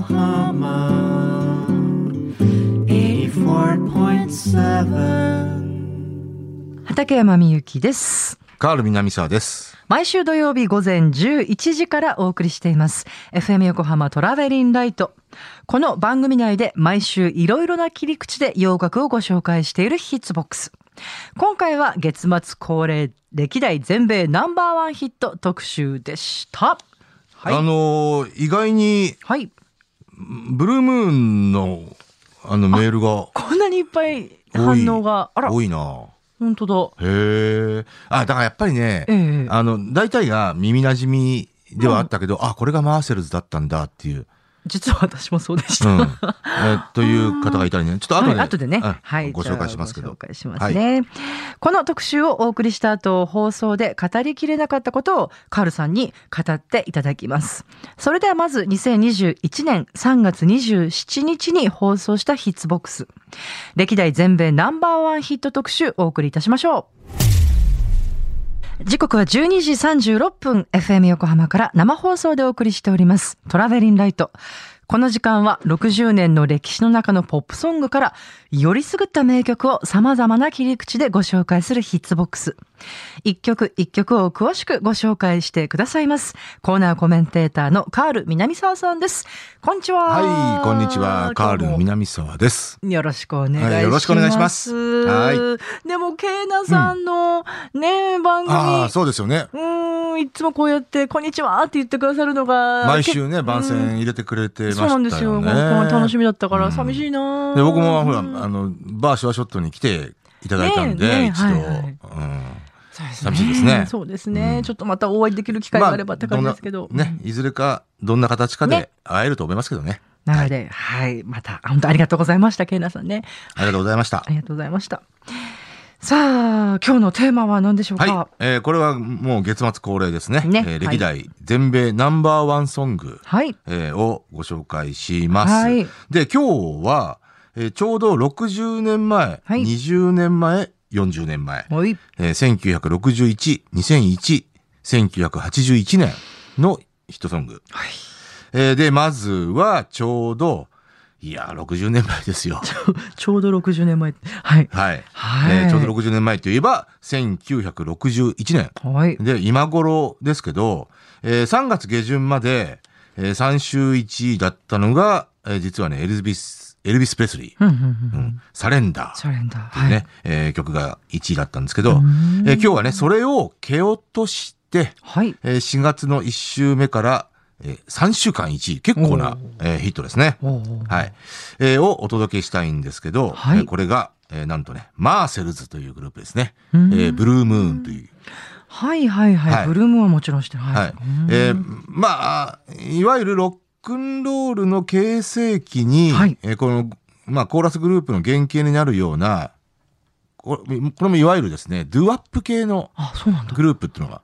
Yokohama 84.7 畠山みゆきです。 カール南沢です。 毎週土曜日午前11時からお送りしています FM 横浜トラベリンライト。この番組内で毎週いろいろな切り口で洋楽をご紹介しているヒッツボックス。今回は月末恒例歴代全米ナンバーワンヒット特集でした。はい、 意外に、 はい、 ブルームーンのメールがこんなにいっぱい反応が多いな。 本当だ。 へえ。だからやっぱりね、大体が耳なじみではあったけど、これがマーセルズだったんだっていう。 実は私もそうでした。 という方がいたりね。ちょっと後でね、 はい、 ご紹介しますけど。 ご紹介しますね。はい、この特集をお送りした後、放送で語りきれなかったことをカールさんに語っていただきます。それではまず2021年3月27日に放送したヒッツボックス。歴代全米ナンバーワンヒット特集お送りいたしましょう。時刻は12時36分 FM 横浜から生放送でお送りしておりますトラベリンライト。この時間は60年の歴史の中のポップソングからよりすぐった名曲を様々な切り口でご紹介するヒッツボックス。一曲一曲を詳しくご紹介してくださいます。コーナーコメンテーターのカール南沢さんです。こんにちは。 はい、こんにちは。カール南沢です。 よろしくお願いします。 はい、よろしくお願いします。はい。 でもケイナさんのね、番組。 そうですよね。 いつもこうやってこんにちはって言ってくださるのが毎週ね番宣入れてくれてましたよね。そうなんですよ。 楽しみだったから寂しいな。 で僕もほらバーシュワショットに来ていただいたんで一度、寂しいですね。 そうですね。ちょっとまたお会いできる機会があればって感じですけど、 ね、いずれかどんな形かで会えると思いますけどね。 なので、はい、また本当ありがとうございましたケイナさんね。 ありがとうございました。 ありがとうございました。さあ今日のテーマは何でしょうか。 はい、これはもう月末恒例ですね。歴代全米ナンバーワンソング、をご紹介します。はい、で今日は、ちょうど60年前、20年前、40年前、1961、2001、1981年のヒットソング。でまずはちょうど60年前ですよ。 ちょうど60年前。はい。 はい。ちょうど60年前といえば、1961年。で、今頃ですけど、3月下旬まで、3週1位だったのが、実はね、エルビス・プレスリー。サレンダー。というね、曲が1位だったんですけど、今日はね、それを蹴落として、4月の1週目から、3週間1位、結構な、ヒットですね。はい。をお届けしたいんですけど、これが、なんとね、マーセルズというグループですね。ブルームーンという。 はいはいはい。ブルームーンはもちろんしてる。 はい。いわゆるロックンロールの形成期に、この、コーラスグループの原型になるような、これもいわゆるですね、ドゥアップ系のグループっていうのが、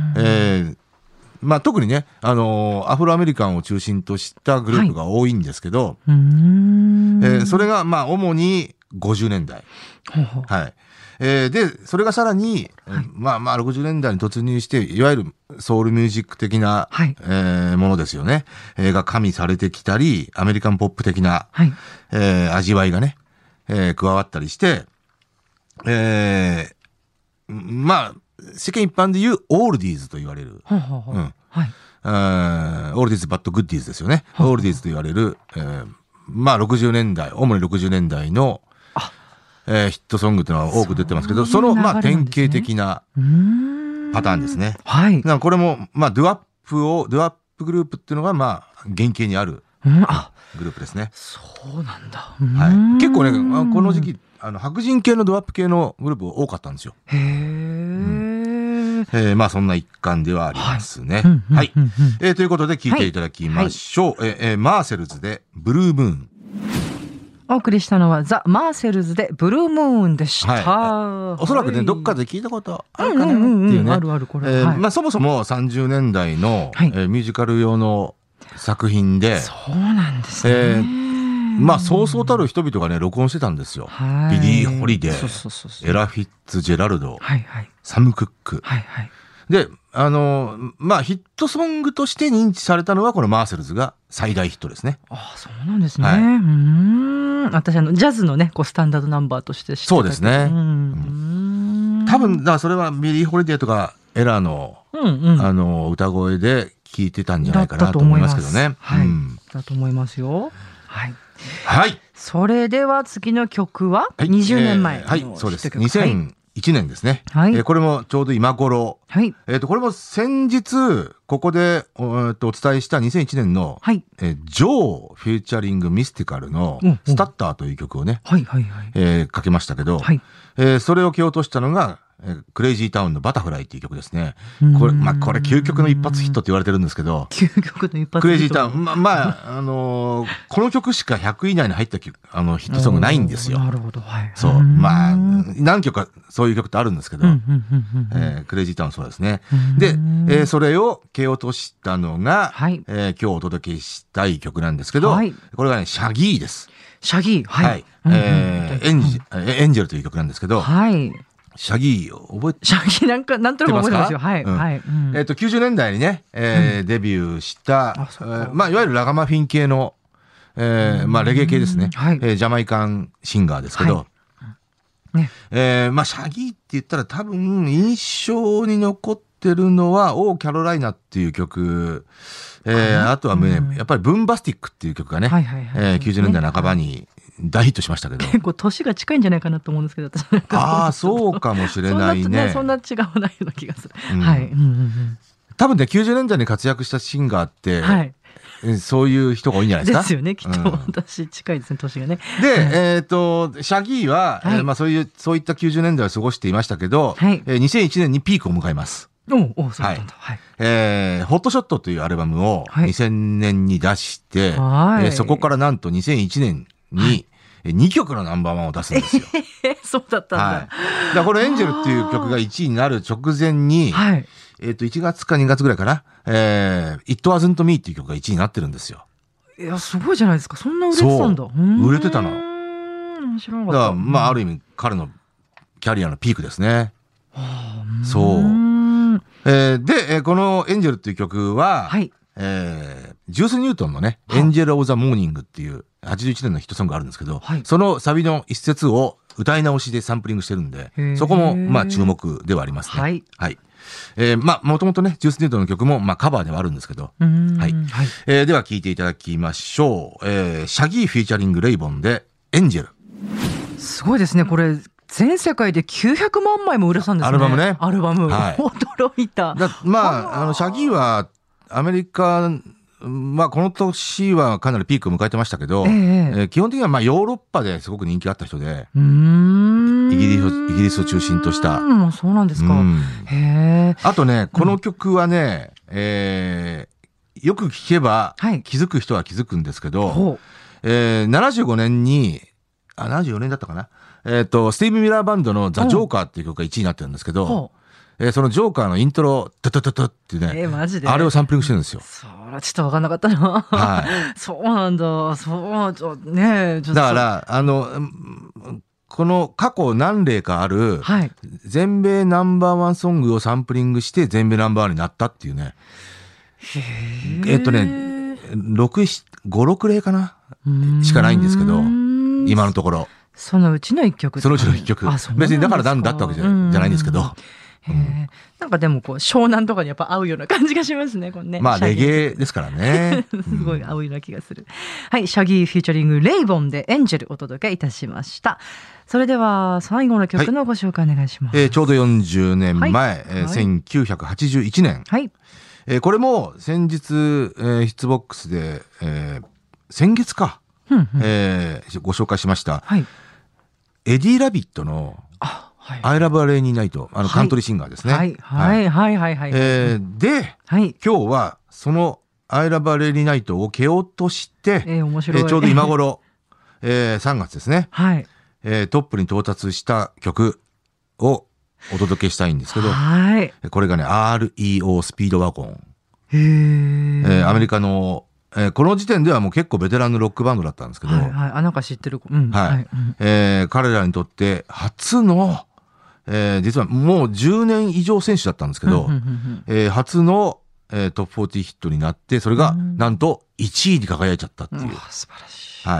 特にね、アフロアメリカンを中心としたグループが多いんですけど、それが、主に50年代。はい。で、それがさらに、60年代に突入して、いわゆるソウルミュージック的な、ものですよね。が加味されてきたり、アメリカンポップ的な、味わいがね、加わったりして、世間一般でいうオールディーズと言われる。オールディーズバッドグッディーズですよね。オールディーズと言われる、60年代、主に60年代の、ヒットソングというのは多く出てますけど、その、典型的なパターンですね。これも、ドゥアップグループっていうのが、原型にあるグループですね。 そうなんだ。 結構ね、この時期、白人系のドアップ系のグループ多かったんですよ。そんな一環ではありますね。はい。ということで聞いていただきましょう。マーセルズでブルームーン。 お送りしたのはザ・マーセルズでブルームーンでした。 おそらくね、どっかで聞いたことあるかなっていうね。 あるあるこれ。 そもそも30年代のミュージカル用の作品で。 そうなんですね。 そうそうたる人々がね、録音してたんですよ。ビリー・ホリデー、エラ・フィッツジェラルド、サム・クック。 で、まあ、ヒットソングとして認知されたのは、このマーセルズが最大ヒットですね。 ああ、そうなんですね。はい、私ジャズのね、こうスタンダードナンバーとして知ってた。 そうですね。多分、だからそれはビリー・ホリデーとかエラーの、歌声で聞いてたんじゃないかなと思いますけどね。 はい。だと思いますよ。はい。 はい。 それでは次の曲は20年前のはい、そうです。2001年ですね。はい。これもちょうど今頃。はい。これも先日、ここでお伝えした2001年の、はい。ジョーフューチャリングミスティカルのスタッターという曲をね、はいはいはい。かけましたけど、はい。それを蹴落としたのが、クレイジータウンのバタフライっていう曲ですね。これ究極の一発ヒットって言われてるんですけど。 究極の一発ヒット。 クレイジータウン。この曲しか100位以内に入ったヒットソングないんですよ。 なるほど。はい。 そう。何曲かそういう曲ってあるんですけど、クレイジータウンそうですね。で、それを蹴落としたのが、はい。今日お届けしたい曲なんですけど、はい。これがね、シャギーです。 シャギー。はい。 エンジェルという曲なんですけど、はい。シャギー覚えてシャギーなんとなく覚えてますよ。はい。はい。 90年代にね、デビューした、まあ、いわゆるラガマフィン系の、まあ、レゲエ系ですね。はい。ジャマイカンシンガーですけど、ね。まあ、シャギーって言ったら多分印象に残ってるのは、オー・キャロライナっていう曲、あとはね、やっぱりブンバスティックっていう曲がね、90年代半ばに、大ヒットしましたけど。 結構年が近いんじゃないかなと思うんですけど、私ああ、そうかもしれないね。 そんな違わないような気がする。はい。 多分ね、90年代に活躍したシンガーって、はい、そういう人が多いんじゃないですか。 ですよね、きっと。私近いですね、年がね。 で、シャギーは、まあそういった90年代を過ごしていましたけど、2001年にピークを迎えます。 そうなんだ。はい。 ホットショットというアルバムを2000年に出して、そこからなんと2001年に2曲のナンバーワンを出すんですよ。 そうだったんだ。 だからこのエンジェルっていう曲が1位になる直前に、1月か2月ぐらいかな、It Wasn't Me っていう曲が1位になってるんですよ。 いや、すごいじゃないですか。そんな売れてたんだ。 売れてたの。 面白かった。 だから、まあ、ある意味、彼のキャリアのピークですね。そう。で、このエンジェルっていう曲は、ジュース・ニュートンのね、エンジェル・オブ・ザ・モーニングっていう81年のヒットソングがあるんですけど、そのサビの一節を歌い直しでサンプリングしてるんで、そこもまあ注目ではありますね。はい。まあもともとね、ジュース・ニュートンの曲もまあカバーではあるんですけど、はい。では聴いていただきましょう。シャギーフィーチャリング・レイボンでエンジェル。 すごいですね、これ。全世界で900万枚も売れたんですね。 アルバムね。 アルバム。驚いた。 まあ、シャギーはアメリカ、まあこの年はかなりピークを迎えてましたけど、基本的にはまあヨーロッパですごく人気あった人で、イギリスを中心とした。 そうなんですか。 あとね、この曲はね、よく聞けば気づく人は気づくんですけど、75年に、74年だったかな。スティーブ・ミラーバンドのザ・ジョーカーっていう曲が1位になってるんですけど、そのジョーカーのイントロ、トゥトゥトゥトゥってね、 マジであれをサンプリングしてるんですよ。 そら、ちょっと分かんなかったな。はい。そうなんだ。ねだから、この過去何例かある、全米ナンバーワンソングをサンプリングして全米ナンバーワンになったっていうね。5、6例かなしかないんですけど、今のところ。 そのうちの一曲。 そのうちの一曲。別にだからなんだったわけじゃないんですけど。 なんかでもこう湘南とかにやっぱ合うような感じがしますね、これね。 まあレゲエですからね。 すごい合うような気がする。はい、シャギーフィーチャリングレイボンでエンジェルお届けいたしました。それでは最後の曲のご紹介お願いします。 ちょうど40年前、1981年。はい。これも先日、ヒッツボックスで、先月か、ご紹介しました。はい。エディ・ラビットのI Love a Rainy Night、カントリーシンガーですね。で、今日はそのI Love a Rainy Nightを蹴落として、ちょうど今頃、3月ですね。はい。トップに到達した曲をお届けしたいんですけど、はい。これがね、REO スピードワゴン。アメリカのこの時点ではもう結構ベテランのロックバンドだったんですけど、 なんか知ってる。 はい。彼らにとって初の、 実はもう10年以上選手だったんですけど、初の、トップ40ヒットになって、それがなんと1位に輝いちゃったっていう。 素晴らしい。 はい。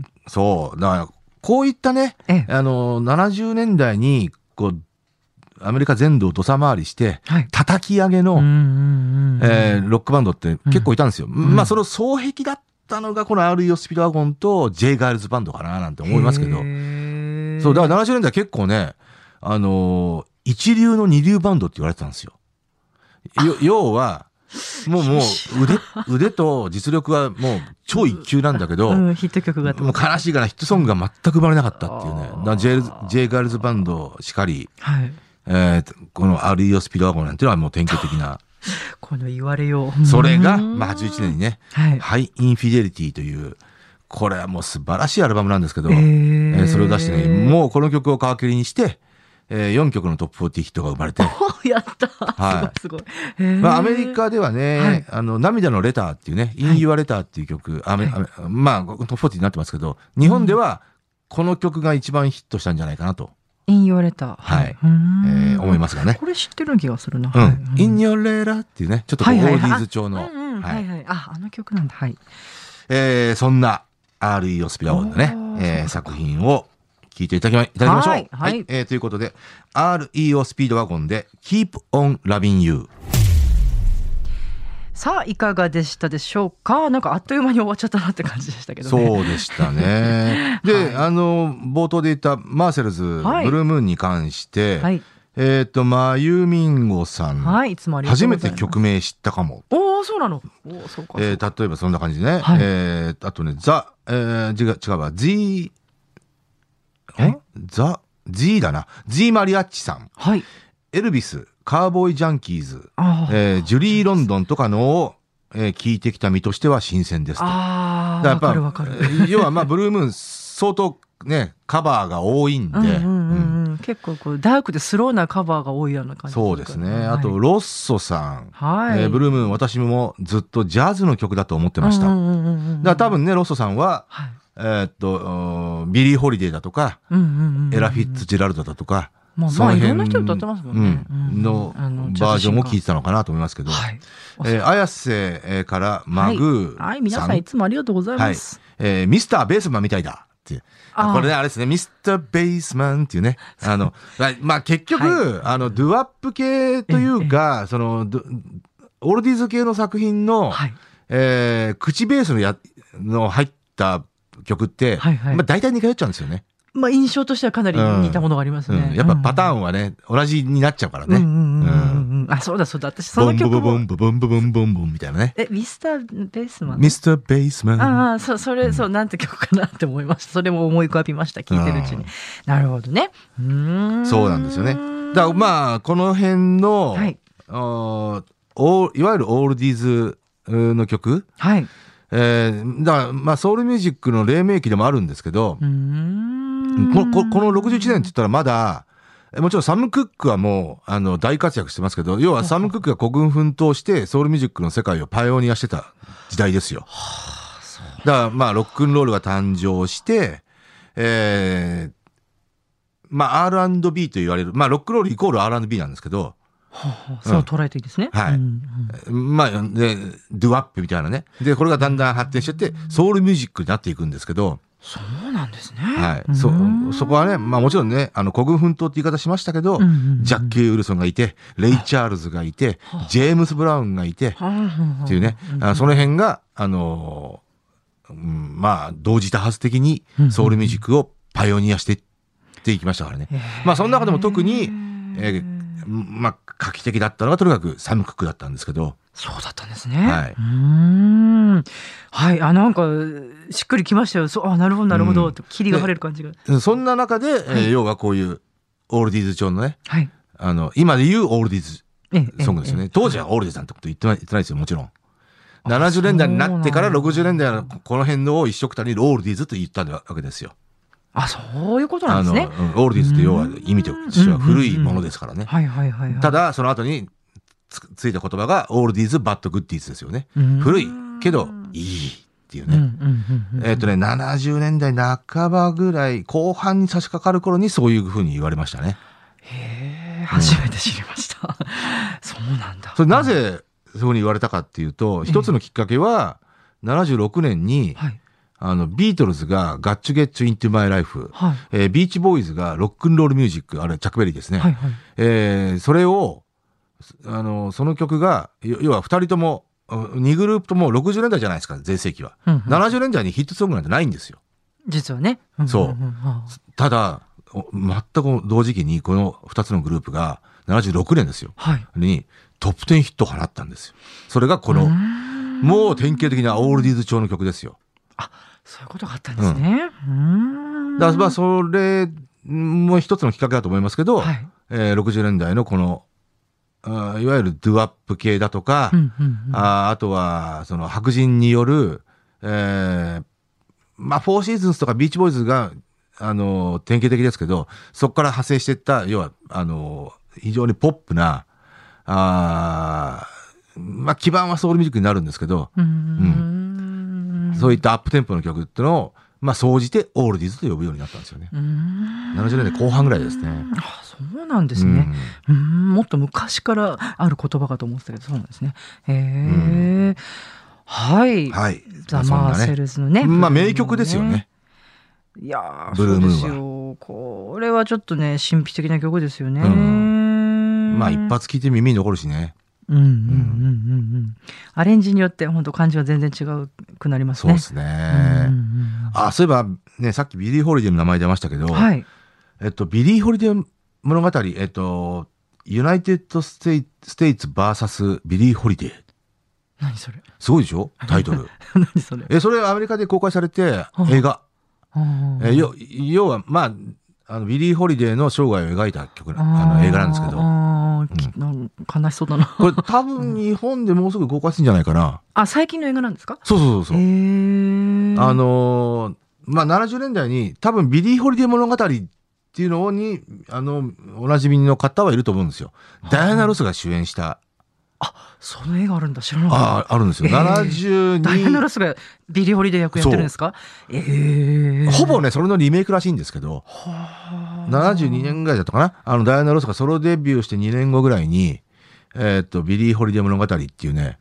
そう。だから、こういったね、70年代に、こう、アメリカ全土を土佐回りして、叩き上げの、ロックバンドって結構いたんですよ。まあ、その双璧だったのが、この REO スピードワゴンと J ガールズバンドかななんて思いますけど。そう、だから70年代結構ね、一流の二流バンドって言われてたんですよ。要は、もう腕と実力はもう超一級なんだけど、 ヒット曲がもう悲しいからヒットソングが全く生まれなかったっていうね。J ガールズバンドしかり、この REO スピードワゴンなんていうのはもう典型的な。 この言われよう。それが、まあ81年にね、ハイインフィデリティという、これはもう素晴らしいアルバムなんですけど、それを出してね、もうこの曲を皮切りにして、4曲のトップ40ヒットが生まれて。 やったすごい。 まあ、アメリカではね、涙のレターっていうね、In Your Letter っていう曲、まあ、トップ40になってますけど、日本ではこの曲が一番ヒットしたんじゃないかなと。 In Your Letter。 はい。思いますがね。 これ知ってる気がするな。 In Your Letter っていうね、ちょっとオーディーズ調の。 あの曲なんだ。はい。 そんな REO スピードワゴンのね、作品を聞いていただきましょう。はい。ということで、REO スピードワゴンで Keep on Loving You。 さあ、いかがでしたでしょうか。なんかあっという間に終わっちゃったなって感じでしたけどね。 そうでしたね。で、冒頭で言ったマーセルズ、ブルームーンに関して、まゆみんごさん、初めて曲名知ったかも。 おお、そうなの。そうか。 例えばそんな感じでね。あとね、違うわ、Z だな。Z マリアッチさん。エルビス、カーボーイジャンキーズ、ジュリー・ロンドンとかのを、聞いてきた身としては新鮮ですと。 わかるわかる。 要はまあ、ブルームーン相当ね、カバーが多いんで。 結構こうダークでスローなカバーが多いような感じ。 そうですね。あと、ロッソさん。ブルームーン、私もずっとジャズの曲だと思ってました。だから多分ね、ロッソさんは、ビリー・ホリデーだとか、エラ・フィッツジェラルドだとか、 その辺いろんな人歌ってますもんね。 のバージョンも聴いてたのかなと思いますけど、綾瀬からマグーさん。 はい、皆さんいつもありがとうございます。 ミスター・ベースマンみたいだって。これね、あれですね、ミスター・ベースマンっていうね。まあ結局、ドゥアップ系というか、その、オールディーズ系の作品の、口ベースの入った曲って、まあ大体似通っちゃうんですよね。 まあ印象としてはかなり似たものがありますね。 やっぱパターンはね、同じになっちゃうからね。 そうだ。私その曲も。 ボンボンボンボンボンボンみたいなね。 ミスターベースマン。 ミスターベースマン。 それ、なんて曲かなって思いました。それも思い浮かびました。聞いてるうちに。なるほどね。 そうなんですよね。だからまあ、この辺の、いわゆるオールディーズの曲。だからまあ、ソウルミュージックの黎明期でもあるんですけど、この61年って言ったらまだ、もちろんサム・クックはもう大活躍してますけど、要はサム・クックが孤軍奮闘してソウルミュージックの世界をパイオニアしてた時代ですよ。だからまあロックンロールが誕生して、まあ R&B と言われる、まあロックンロールイコール R&B なんですけど、 そう捉えていいですね。 はい。まあ、で、ドゥアップみたいなね。で、これがだんだん発展してって、ソウルミュージックになっていくんですけど。 そうなんですね。 はい。そこはね、まあもちろんね、孤軍奮闘って言い方しましたけど、ジャッキー・ウルソンがいて、レイ・チャールズがいて、ジェームス・ブラウンがいて、っていうね、その辺が、まあ、同時多発的にソウルミュージックをパイオニアしてっていきましたからね。まあ、その中でも特に、まあ、画期的だったのがとにかくサム・クックだったんですけど。 そうだったんですね。はい。なんか、しっくりきましたよ。なるほど、なるほど。霧が晴れる感じが。 そんな中で、要はこういうオールディーズ調のね、今で言うオールディーズソングですよね。当時はオールディーズなんてこと言ってないですよ、もちろん。70年代になってから60年代のこの辺のを一緒くたにオールディーズと言ったわけですよ。 そういうことなんですね。 オールディーズって要は意味としては古いものですからね。ただ、その後についた言葉がオールディーズ、バッドグッディーズですよね。古いけどいいっていうね。70年代半ばぐらい、後半に差し掛かる頃にそういうふうに言われましたね。 へえ、初めて知りました。そうなんだ。 それなぜそういうふうに言われたかっていうと、一つのきっかけは、76年に、ビートルズがガッチュゲッチュイントゥマイライフ、ビーチボーイズがロックンロールミュージック、あれ、チャックベリーですね。それを、その曲が、要は二人とも、2グループとも60年代じゃないですか、全盛期は。70年代にヒットソングなんてないんですよ。 実はね。 そう。ただ、全く同時期にこの2つのグループが76年ですよ。にトップ10ヒットを放ったんですよ。それがこの、もう典型的なオールディーズ調の曲ですよ。 あ、そういうことがあったんですね。 だからまあそれも一つのきっかけだと思いますけど、60年代のこの、いわゆるドゥアップ系だとか、あとはその白人による、まあフォーシーズンズとかビーチボーイズが典型的ですけど、そこから派生していった、要は非常にポップな、まあ基盤はソウルミュージックになるんですけど、そういったアップテンポの曲っていうのを、まあ総じてオールディーズと呼ぶようになったんですよね。70年代後半ぐらいですね。 あ、そうなんですね。もっと昔からある言葉かと思ってたけど、そうなんですね。へえ。はい。ザ・マーセルズのね。 まあ名曲ですよね。 いやー、そうですよ。これはちょっとね、神秘的な曲ですよね。 まあ一発聴いて耳に残るしね。 アレンジによって本当感じは全然違うくなりますね。 そうですね。あ、そういえばね、さっきビリー・ホリデーの名前出ましたけど、ビリー・ホリデー物語、ユナイテッド・ステイツ VS ビリー・ホリデー。 何それ？ すごいでしょタイトル。 何それ？ それアメリカで公開されて映画。要はまあビリー・ホリデーの生涯を描いた曲映画なんですけど、 悲しそうだな。 これ多分日本でもうすぐ公開するんじゃないかな。 あ、最近の映画なんですか？ そう。まあ70年代に多分ビリー・ホリデー物語っていうのにおなじみの方はいると思うんですよ。ダイアナ・ロスが主演した。 あ、その映画あるんだ、知らなかった。 あるんですよ。72。 ダイアナ・ロスがビリー・ホリデー役やってるんですか？ ほぼね、それのリメイクらしいんですけど、72年ぐらいだったかな。ダイアナ・ロスがソロデビューして2年後ぐらいに、ビリー・ホリデー物語っていうね、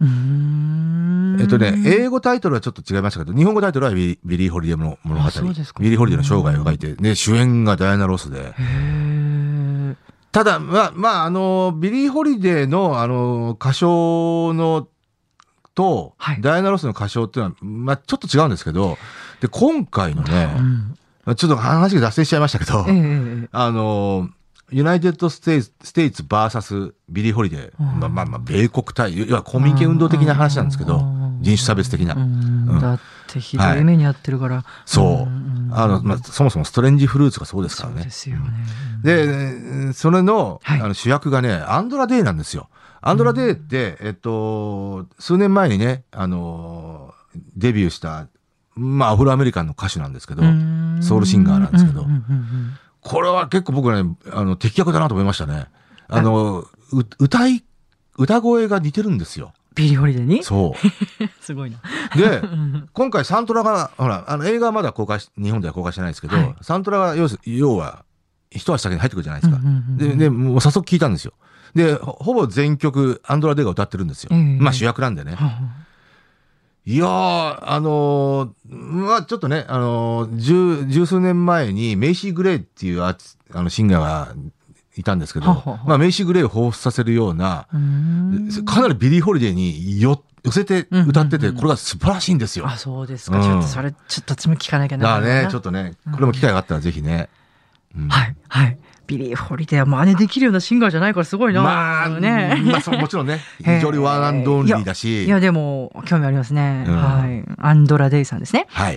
英語タイトルはちょっと違いましたけど、日本語タイトルはビリー・ホリデー物語。ビリー・ホリデーの生涯を描いて、で、主演がダイアナ・ロスで。ただ、ビリー・ホリデーの、歌唱の、と、ダイアナ・ロスの歌唱っていうのは、ちょっと違うんですけど、で、今回のね、ちょっと話が脱線しちゃいましたけど、ユナイテッド・ステイツ VS ビリー・ホリデー、米国対、要は公民権運動的な話なんですけど、人種差別的な。 だってひどい目に遭ってるから。 そう。そもそもストレンジフルーツがそうですからね。 そうですよね。 で、それの主役がね、アンドラ・デイなんですよ。アンドラ・デイって、数年前にね、デビューした、アフロアメリカンの歌手なんですけど、ソウルシンガーなんですけど、これは結構僕はね、的確だなと思いましたね。歌声が似てるんですよ。 ビリー・ホリデーに？ そう。 すごいな。 で、今回サントラが、ほら、映画はまだ日本では公開してないですけど、サントラが要は、一足先に入ってくるじゃないですか。で、もう早速聞いたんですよ。で、ほぼ全曲、アンドラ・デイが歌ってるんですよ。主役なんでね。いやー、ちょっとね、十数年前にメイシー・グレイっていうシンガーがいたんですけど、メイシー・グレイを彷彿させるような、かなりビリー・ホリデーに寄せて歌ってて、これが素晴らしいんですよ。 あ、そうですか。ちょっとそれ、ちょっと聞かなきゃならないな。 だからね、ちょっとね、これも機会があったらぜひね。 はい。ビリー・ホリデーは真似できるようなシンガーじゃないからすごいな。 もちろんね、非常にワンアンドオンリーだし。 いや、でも、興味ありますね。はい。アンドラ・デイさんですね。 はい。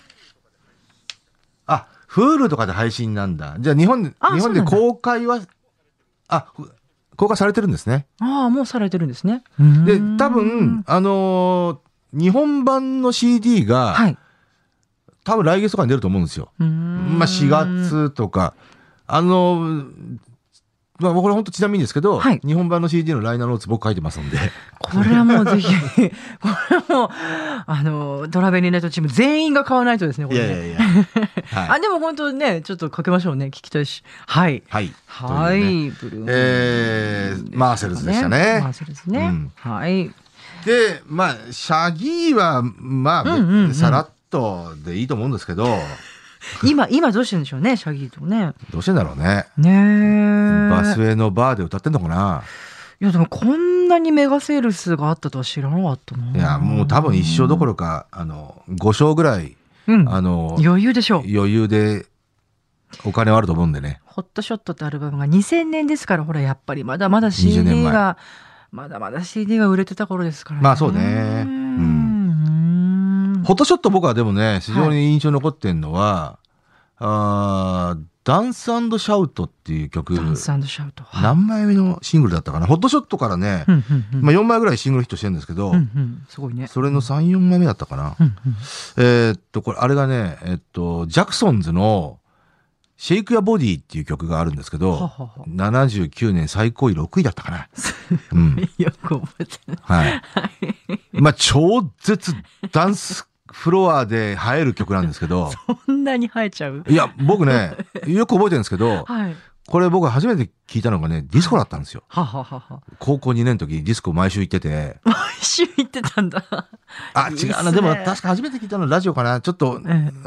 あ、Hulu とかで配信なんだ。じゃあ日本で公開は、公開されてるんですね。 ああ、もうされてるんですね。 で、多分、日本版の CD が、多分来月とかに出ると思うんですよ。4月とか。 まあ、これ本当ちなみにですけど、 はい、 日本版の CD のライナーノーツ僕書いてますんで。 これはもうぜひ、これはもう、トラベリーナイトチーム全員が買わないとですね、これね。 いやいやいや。 はい、でも本当ね、ちょっとかけましょうね。聞きたいし。はい。 はい。 はい。 ね、 ブルーマーセルズでしたね。 マーセルズね。はい。 で、まあ、シャギーは、まあ、さらっとでいいと思うんですけど、 今どうしてるんでしょうね、シャギーとね。 どうしてんだろうね。 ねバスへのバーで歌ってんのかな。 いや、でもこんなにメガセールスがあったとは知らなかったな。 いや、もう多分1勝どころか、5勝ぐらい、 余裕でしょう。 余裕でお金はあると思うんでね。 ホットショットってアルバムが2000年ですから、ほら、やっぱりまだまだ CD が、まだまだ CD が売れてた頃ですからね。 まあそうね。ホットショット僕はでもね、非常に印象に残ってんのは、ダンス&シャウトっていう曲。 ダンス&シャウト。 何枚目のシングルだったかな。ホットショットからね、まあ4枚ぐらいシングルヒットしてるんですけど、 すごいね。 それの3、4枚目だったかな。これ、あれがね、ジャクソンズのシェイクやボディっていう曲があるんですけど、79年最高位6位だったかな。 よく覚えてる。 はい。まあ、超絶ダンスフロアで映える曲なんですけど。 そんなに映えちゃう？ いや、僕ね、よく覚えてるんですけど、これ僕初めて聞いたのがね、ディスコだったんですよ。高校2年の時、ディスコ毎週行ってて。 毎週行ってたんだ。 あ、違うな。でも確か初めて聞いたのはラジオかな。ちょっと、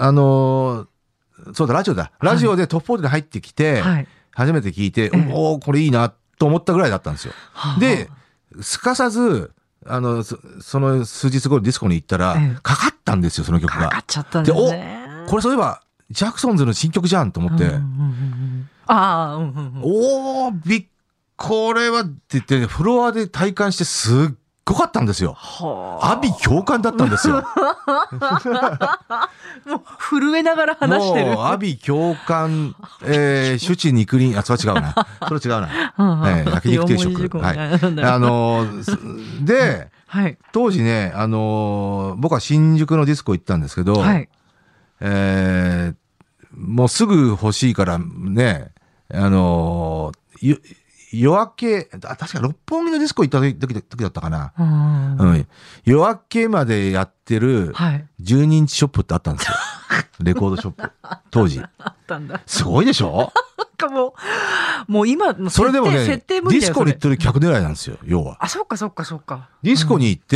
そうだ、ラジオだ。ラジオでトップ40に入ってきて、初めて聞いて、おー、これいいなと思ったぐらいだったんですよ。で、すかさず、その数日後ディスコに行ったら、かかったんですよ、その曲が。 かかっちゃったんですね。 これそういえば、ジャクソンズの新曲じゃんと思って、これはって言って、フロアで体感してすっごかったんですよ。阿鼻共感だったんですよ。 もう震えながら話してる。 もう阿鼻共感、主治肉林、それは違うな。それは違うな。焼肉定食。はい。で、当時ね、僕は新宿のディスコ行ったんですけど、もうすぐ欲しいからね、夜明け、確か六本木のディスコ行った時だったかな。夜明けまでやってる12インチショップってあったんですよ。レコードショップ。当時。 あったんだ。 すごいでしょ？ なんかもう今のそれでもね、ディスコに行ってる客狙いなんですよ、要は。 あ、そっか。 ディスコに行って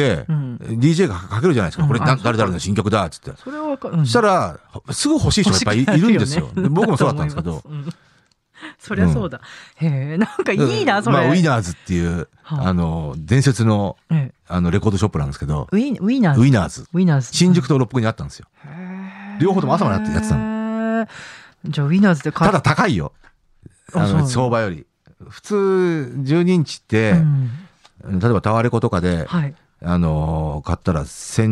、DJ がかけるじゃないですか。これ誰々の新曲だっつって。 それはそしたら、すぐ欲しい人がいっぱいいるんですよ。僕もそうだったんですけど。 そりゃそうだ。へえ、なんかいいな、それ。 まあ、ウィナーズっていう、伝説の、レコードショップなんですけど。 ウィナーズ。 新宿と六本木にあったんですよ。両方とも朝までやってたの。 じゃあ、ウィナーズで買ただ高いよ。相場より。普通、12インチって、例えばタワレコとかで、買ったら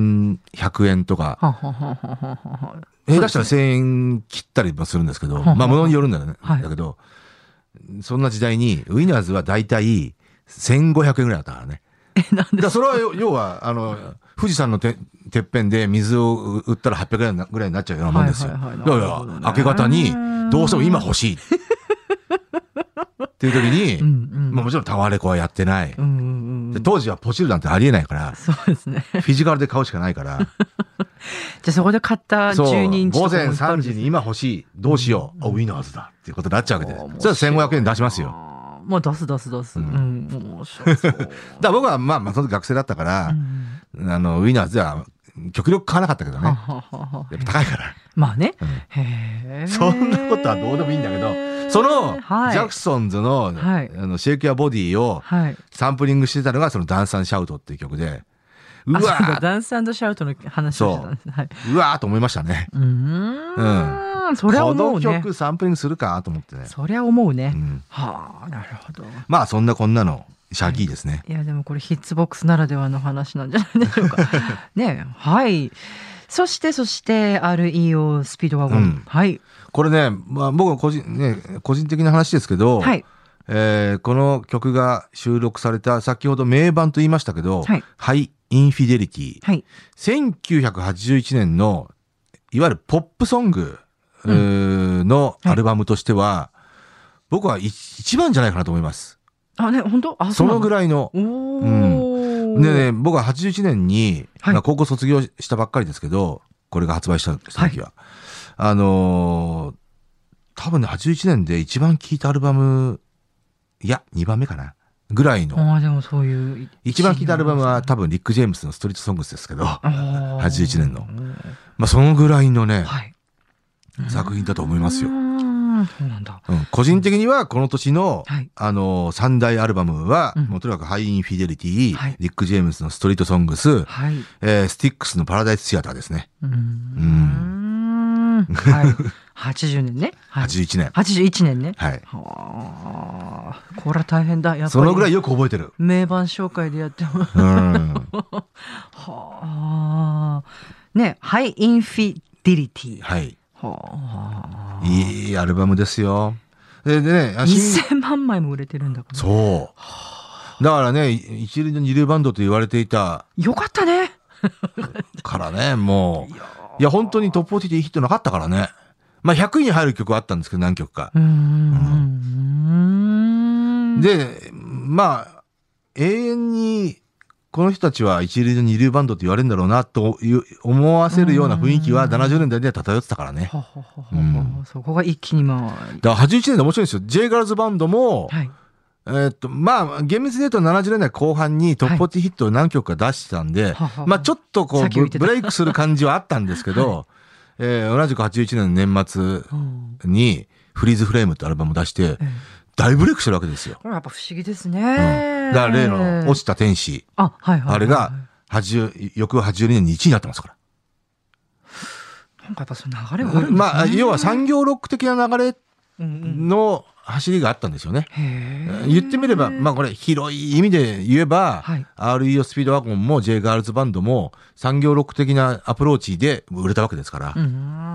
1100円とか、下手したら1000円切ったりもするんですけど、まあ物によるんだよね。だけど、そんな時代に、ウィナーズはだいたい1500円ぐらいだったからね。 なんでそれは要は、富士山のてっぺんで水を売ったら800円ぐらいになっちゃうようなもんですよ。だから、明け方に、どうしても今欲しい。っていう時に、もちろんタワレコはやってない。当時はポチるなんてありえないから、 そうですね。 フィジカルで買うしかないから。 じゃあそこで買った12インチ午前3時に今欲しい。どうしよう。ウィナーズだ。っていうことになっちゃうわけで。そしたら1500円出しますよ。 もう出す。面白そう。だから僕はまあ、その時学生だったから、ウィナーズでは極力買わなかったけどね。やっぱ高いから。 まあね。 そんなことはどうでもいいんだけど、その、ジャクソンズの、シェイクやボディをサンプリングしてたのが、そのダンス&シャウトっていう曲で、 うわーダンス&シャウトの話をしたんですね。 うわーと思いましたね。 そりゃ思うね。 この曲サンプリングするかと思ってね。 そりゃ思うね。はあ、なるほど。 まあ、そんなこんなの、シャギーですね。 いや、でもこれヒッツボックスならではの話なんじゃないでしょうか。ね、はい。そして、REO スピードワゴン。はい。これね、まあ僕は個人的な話ですけど、この曲が収録された、先ほど名盤と言いましたけど、ハイ・インフィデリティ。1981年の、いわゆるポップソングのアルバムとしては、 僕は一番じゃないかなと思います。 あ、ね、本当？あ、 そのぐらいの。でね、僕は81年に、高校卒業したばっかりですけど、これが発売した時は。多分ね、81年で一番聴いたアルバム、いや、2番目かな。ぐらいの。 でもそういう。 一番聴いたアルバムは多分リック・ジェームスのストリートソングスですけど、81年の。まあ、そのぐらいのね、作品だと思いますよ。 そうなんだ。 個人的にはこの年の、3大アルバムは、もうとにかくハイ・インフィデリティ、リック・ジェームスのストリートソングス、スティックスのパラダイス・シアターですね。 80年ね。 81年。 81年ね。 はい。 これは大変だ。やっぱりそのぐらいよく覚えてる。 名盤紹介でやっても。ね、ハイ・インフィデリティ。 はい。いいアルバムですよ。でね、 1000万枚も売れてるんだから。 そう。だからね、一流の二流バンドと言われていた。 よかったね。 からね、もう。いや、本当にトップ40でヒットなかったからね。まあ、100位に入る曲はあったんですけど、何曲か。で、まあ、永遠に、この人たちは一流の二流バンドって言われるんだろうなと思わせるような雰囲気は70年代では漂ってたからね。 そこが一気にだから81年で面白いんですよ。J ガールズバンドも、まあ、厳密に言うと70年代後半にトップ40ヒットを何曲か出してたんで、まあちょっとこうブレイクする感じはあったんですけど、同じく81年の年末にフリーズフレームってアルバムを出して、大ブレイクしてるわけですよ。 これやっぱ不思議ですね。 だから例の落ちた天使。あれが翌82年に1位になってますから。 なんかやっぱその流れはあるんですね。 まあ、要は産業ロック的な流れの走りがあったんですよね。言ってみれば、まあこれ広い意味で言えば、REO スピードワゴンも J ガールズバンドも産業ロック的なアプローチで売れたわけですから。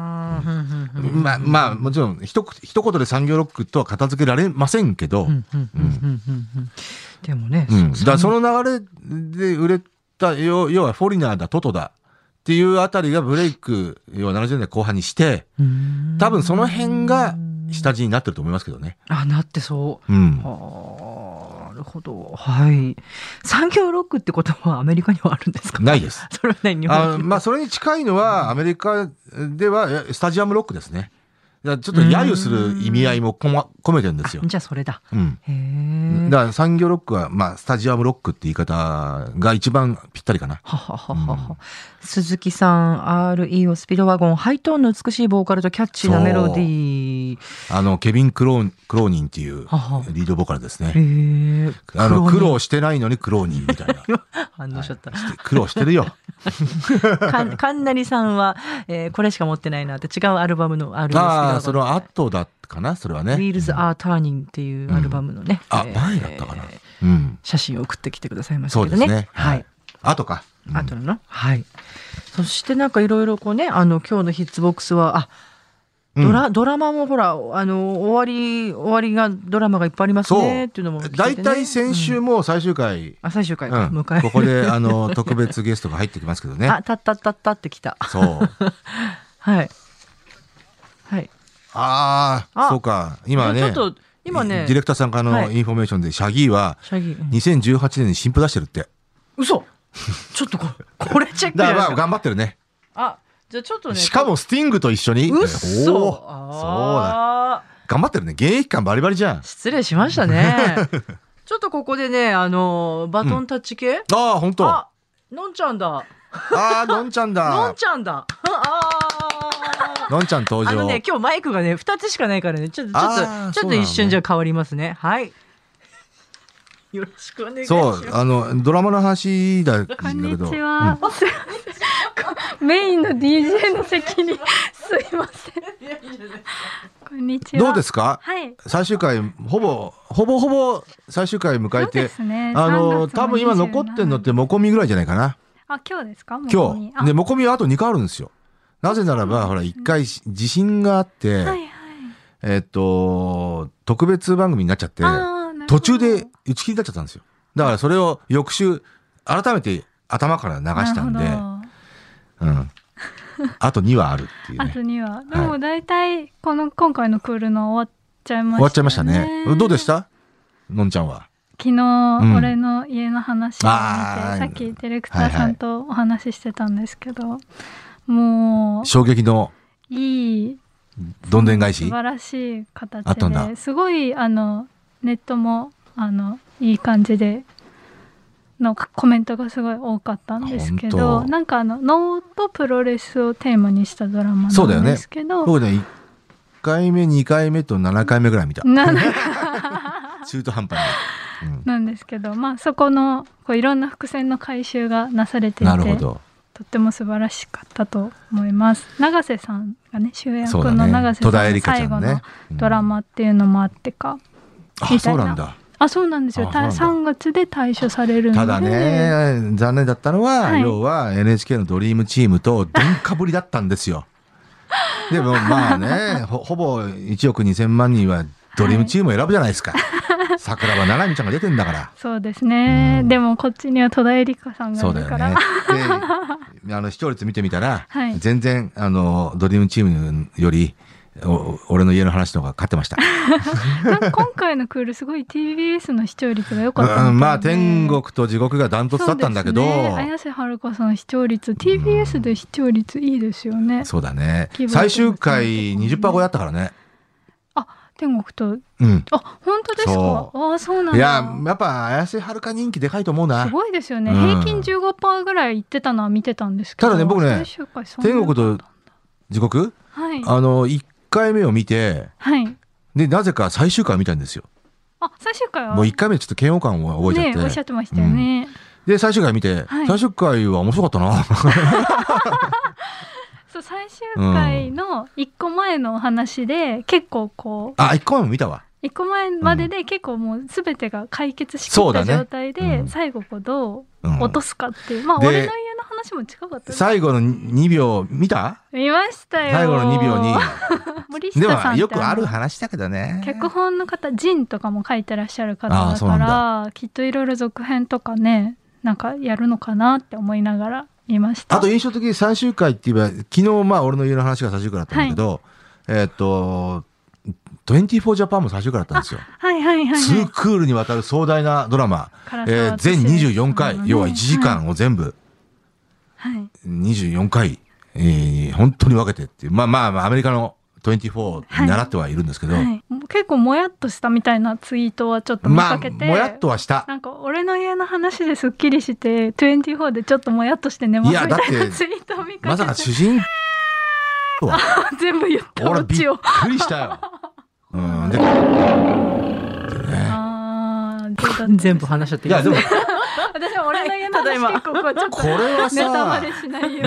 まあもちろん一言で産業ロックとは片付けられませんけど。 でもね。 だからその流れで売れた、要はフォリナーだ、トトだ。っていうあたりがブレイク、要は70年代後半にして、多分その辺が下地になってると思いますけどね。 なってそう。なるほど。はい。産業ロックってことはアメリカにはあるんですか？ ないです。 それは何？日本に。 まあそれに近いのはアメリカではスタジアムロックですね。ちょっと揶揄する意味合いも込めてるんですよ。 じゃあそれだ。 だから産業ロックは、まあ、スタジアムロックって言い方が一番ぴったりかな。 鈴木さん、REO スピードワゴン、ハイトーンの美しいボーカルとキャッチーなメロディー。 ケビン・クローニンっていうリードボーカルですね。苦労してないのにクローニンみたいな。 反応しちゃった。 苦労してるよ。 神成さんは、これしか持ってないなって違うアルバムの REO スピードワゴン。 それは後だかな、それはね。 Wheels Are Turning っていうアルバムのね。 前だったかな。 写真を送ってきてくださいましたけどね。 そうですね。はい。後か。 後なの？はい。そしてなんかいろいろこうね、今日のヒッツボックスは、ドラマもほら、終わりがドラマがいっぱいありますねっていうのも聞いてね。 大体先週も最終回。 最終回か。迎え。 ここで特別ゲストが入ってきますけどね。 たったってきた。 そう。 はい。はい。 そうか。今ね。 ちょっと、今ね。 ディレクターさんからのインフォメーションで、シャギーは、2018年に新譜出してるって。 嘘ちょっとこれチェックだから頑張ってるね。 じゃあちょっとね。 しかもスティングと一緒に。 そうだ。頑張ってるね。現役感バリバリじゃん。 失礼しましたね。ちょっとここでね、バトンタッチ系？ 本当。 のんちゃんだ。 のんちゃんだ。 のんちゃんだ。 のんちゃん登場。 今日マイクがね、2つしかないからね、ちょっと一瞬じゃ変わりますね。はい。よろしくお願いします。 そう、ドラマの話だけど。 こんにちは。メインの DJ の席にすいません。こんにちは。 どうですか？はい。最終回ほぼ最終回迎えて、多分今残ってんのってモコミぐらいじゃないかな。 今日ですか？ 今日。でモコミはあと2回あるんですよ。なぜならばほら1回地震があって、特別番組になっちゃって、途中で打ち切りになっちゃったんですよ。だからそれを翌週改めて頭から流したんで、あと2話あるっていうね。 あと2話。でも大体今回のクールの終わっちゃいましたね。 終わっちゃいましたね。どうでしたのんちゃんは。 昨日、俺の家の話を見て、さっきディレクターさんとお話ししてたんですけど、もう衝撃のいいどんでん返し素晴らしい形ですごいネットもいい感じでのコメントがすごい多かったんですけど、なんか能とプロレスをテーマにしたドラマなんですけど、 そうだよね。僕ね1回目2回目と7回目ぐらい見た。中途半端に、 なんですけど、まあそこのいろんな伏線の回収がなされていて、 なるほど、 とっても素晴らしかったと思います。永瀬さんがね、主役の永瀬さんの最後のドラマっていうのもあってか、みたいな。そうなんだ。そうなんですよ。3月で退所されるので。 ただね、残念だったのは、要は NHK のドリームチームとどんかぶりだったんですよ。でもまあね、ほぼ1億2000万人はドリームチームを選ぶじゃないですか。桜庭ななみちゃんが出てんだから。 そうですね。でもこっちには戸田恵梨香さんがいるから。 そうだよね。で、視聴率見てみたら、全然ドリームチームより俺の家の話の方が勝ってました。 今回のクールすごい TBS の視聴率が良かったみたいで、 まあ天国と地獄がダントツだったんだけど、 綾瀬はるかさん視聴率 TBS で視聴率いいですよね。 そうだね。最終回 20% 超えだったからね。 天国と、本当ですか。そうなんだ。 いや、やっぱ綾瀬はるか人気でかいと思うな。 すごいですよね。平均 15% ぐらいいってたのは見てたんですけど。 ただね、僕ね、天国と地獄、1回目を見て、でなぜか最終回を見たんですよ。 最終回はもう1回目ちょっと嫌悪感を覚えちゃって、 おっしゃってましたよね。 で最終回見て、最終回は面白かったな。 最終回の1個前のお話で結構 1個前も見たわ。 1個前までで結構もう全てが解決しきった状態で、最後どう落とすかっていう、俺の家の話も近かったです。 最後の2秒見た？ 見ましたよ。 最後の2秒に森下さんってでもよくある話だけどね。 脚本の方、ジンとかも書いてらっしゃる方だからきっといろいろ続編とかね、なんかやるのかなって思いながら見ました。 あと印象的に最終回って言えば、昨日俺の家の話が最終回だったんだけど、24ジャパンも最終回だったんですよ。2クールにわたる壮大なドラマ、全24回、要は1時間を全部、24回、本当に分けてっていう、アメリカの24に習ってはいるんですけど、 結構もやっとしたみたいなツイートはちょっと見かけて、 もやっとはした。 なんか俺の家の話ですっきりして24でちょっともやっとして寝ますみたいなツイートを見かけて、 まさか主人は全部言った俺びっくりしたよ。 全部話しちゃっていいですか。 私は俺の家の話結構ちょっとネタバレしないように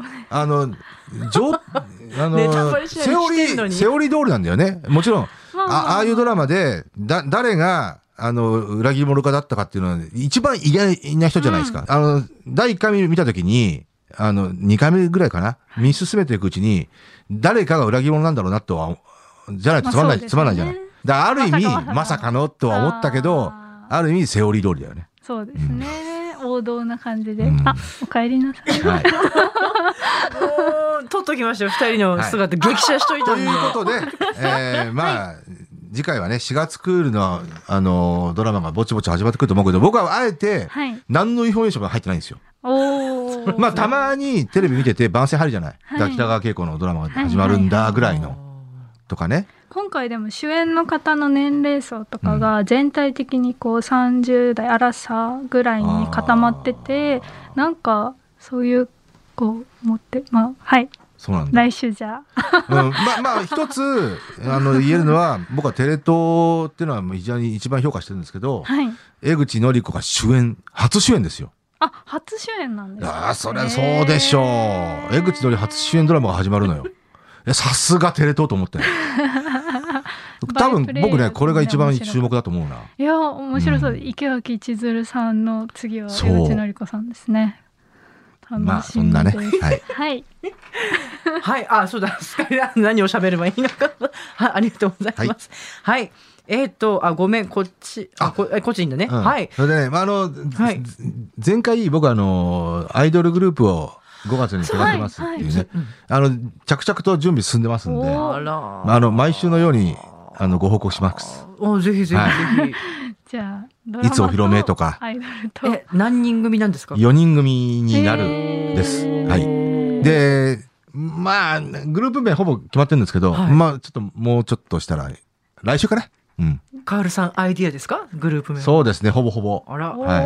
と。 セオリー通りなんだよね。もちろんああいうドラマで誰が裏切り者だったかっていうのは一番意外な人じゃないですか。第1回目見た時に2回目ぐらいかな、見進めていくうちに誰かが裏切り者なんだろうなとは、じゃないとつまんないじゃない。ある意味まさかのとは思ったけど、ある意味セオリー通りだよね。 そうですね。王道な感じで、お帰りなさい。 撮っときましょう。2人の姿激写しといたんで。 ということで、次回はね、4月クールのドラマがぼちぼち始まってくると思うけど、僕はあえて何のインフォメーションが入ってないんですよ。たまにテレビ見てて番宣入るじゃない。北川景子のドラマが始まるんだぐらいのとかね。 今回でも主演の方の年齢層とかが全体的に30代アラサーぐらいに固まってて、なんかそういう持ってそうなんだ。 来週じゃ一つ言えるのは、僕はテレ東っていうのは非常に一番評価してるんですけど、江口のり子が初主演ですよ。 初主演なんですね。 そりゃそうでしょう。江口のり初主演ドラマが始まるのよ。さすがテレ東と思ってる。多分僕ね、これが一番注目だと思うな。 いや面白そう。池脇千鶴さんの次は江口のり子さんですね。 そんなね。 そうだ。何を喋ればいいのか。ありがとうございます。ごめん、こっちいいんだね。 それでね、前回僕アイドルグループを5月に手掛けますっていうね、着々と準備進んでますんで、毎週のようにご報告します。 ぜひぜひぜひ。 じゃあドラマといつお披露目とか。 アイドルと何人組なんですか ？4人組になるです。はい。で、まあグループ名ほぼ決まってるんですけど、まあちょっともうちょっとしたら来週かな。 カールさんアイディアですか？グループ名。 そうですね、ほぼほぼ。 あら。 楽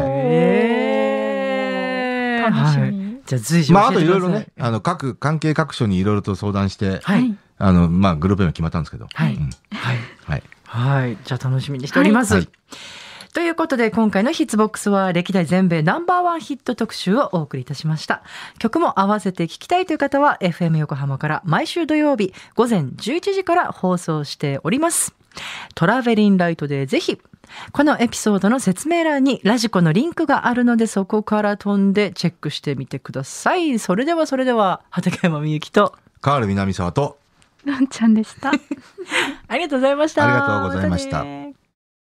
しみ。 じゃあ随時教えてください。 あといろいろね、各関係各所にいろいろと相談して、グループ名決まったんですけど。 はい。じゃあ楽しみにしております。ということで今回のヒッツボックスは歴代全米ナンバーワンヒット特集をお送りいたしました。曲も合わせて聴きたいという方は FM 横浜から毎週土曜日午前11時から放送しております。トラベリンライトでぜひこのエピソードの説明欄にラジコのリンクがあるのでそこから飛んでチェックしてみてください。それでは畠山みゆきとカール南沢とのんちゃんでした。 ありがとうございました。 ありがとうございました。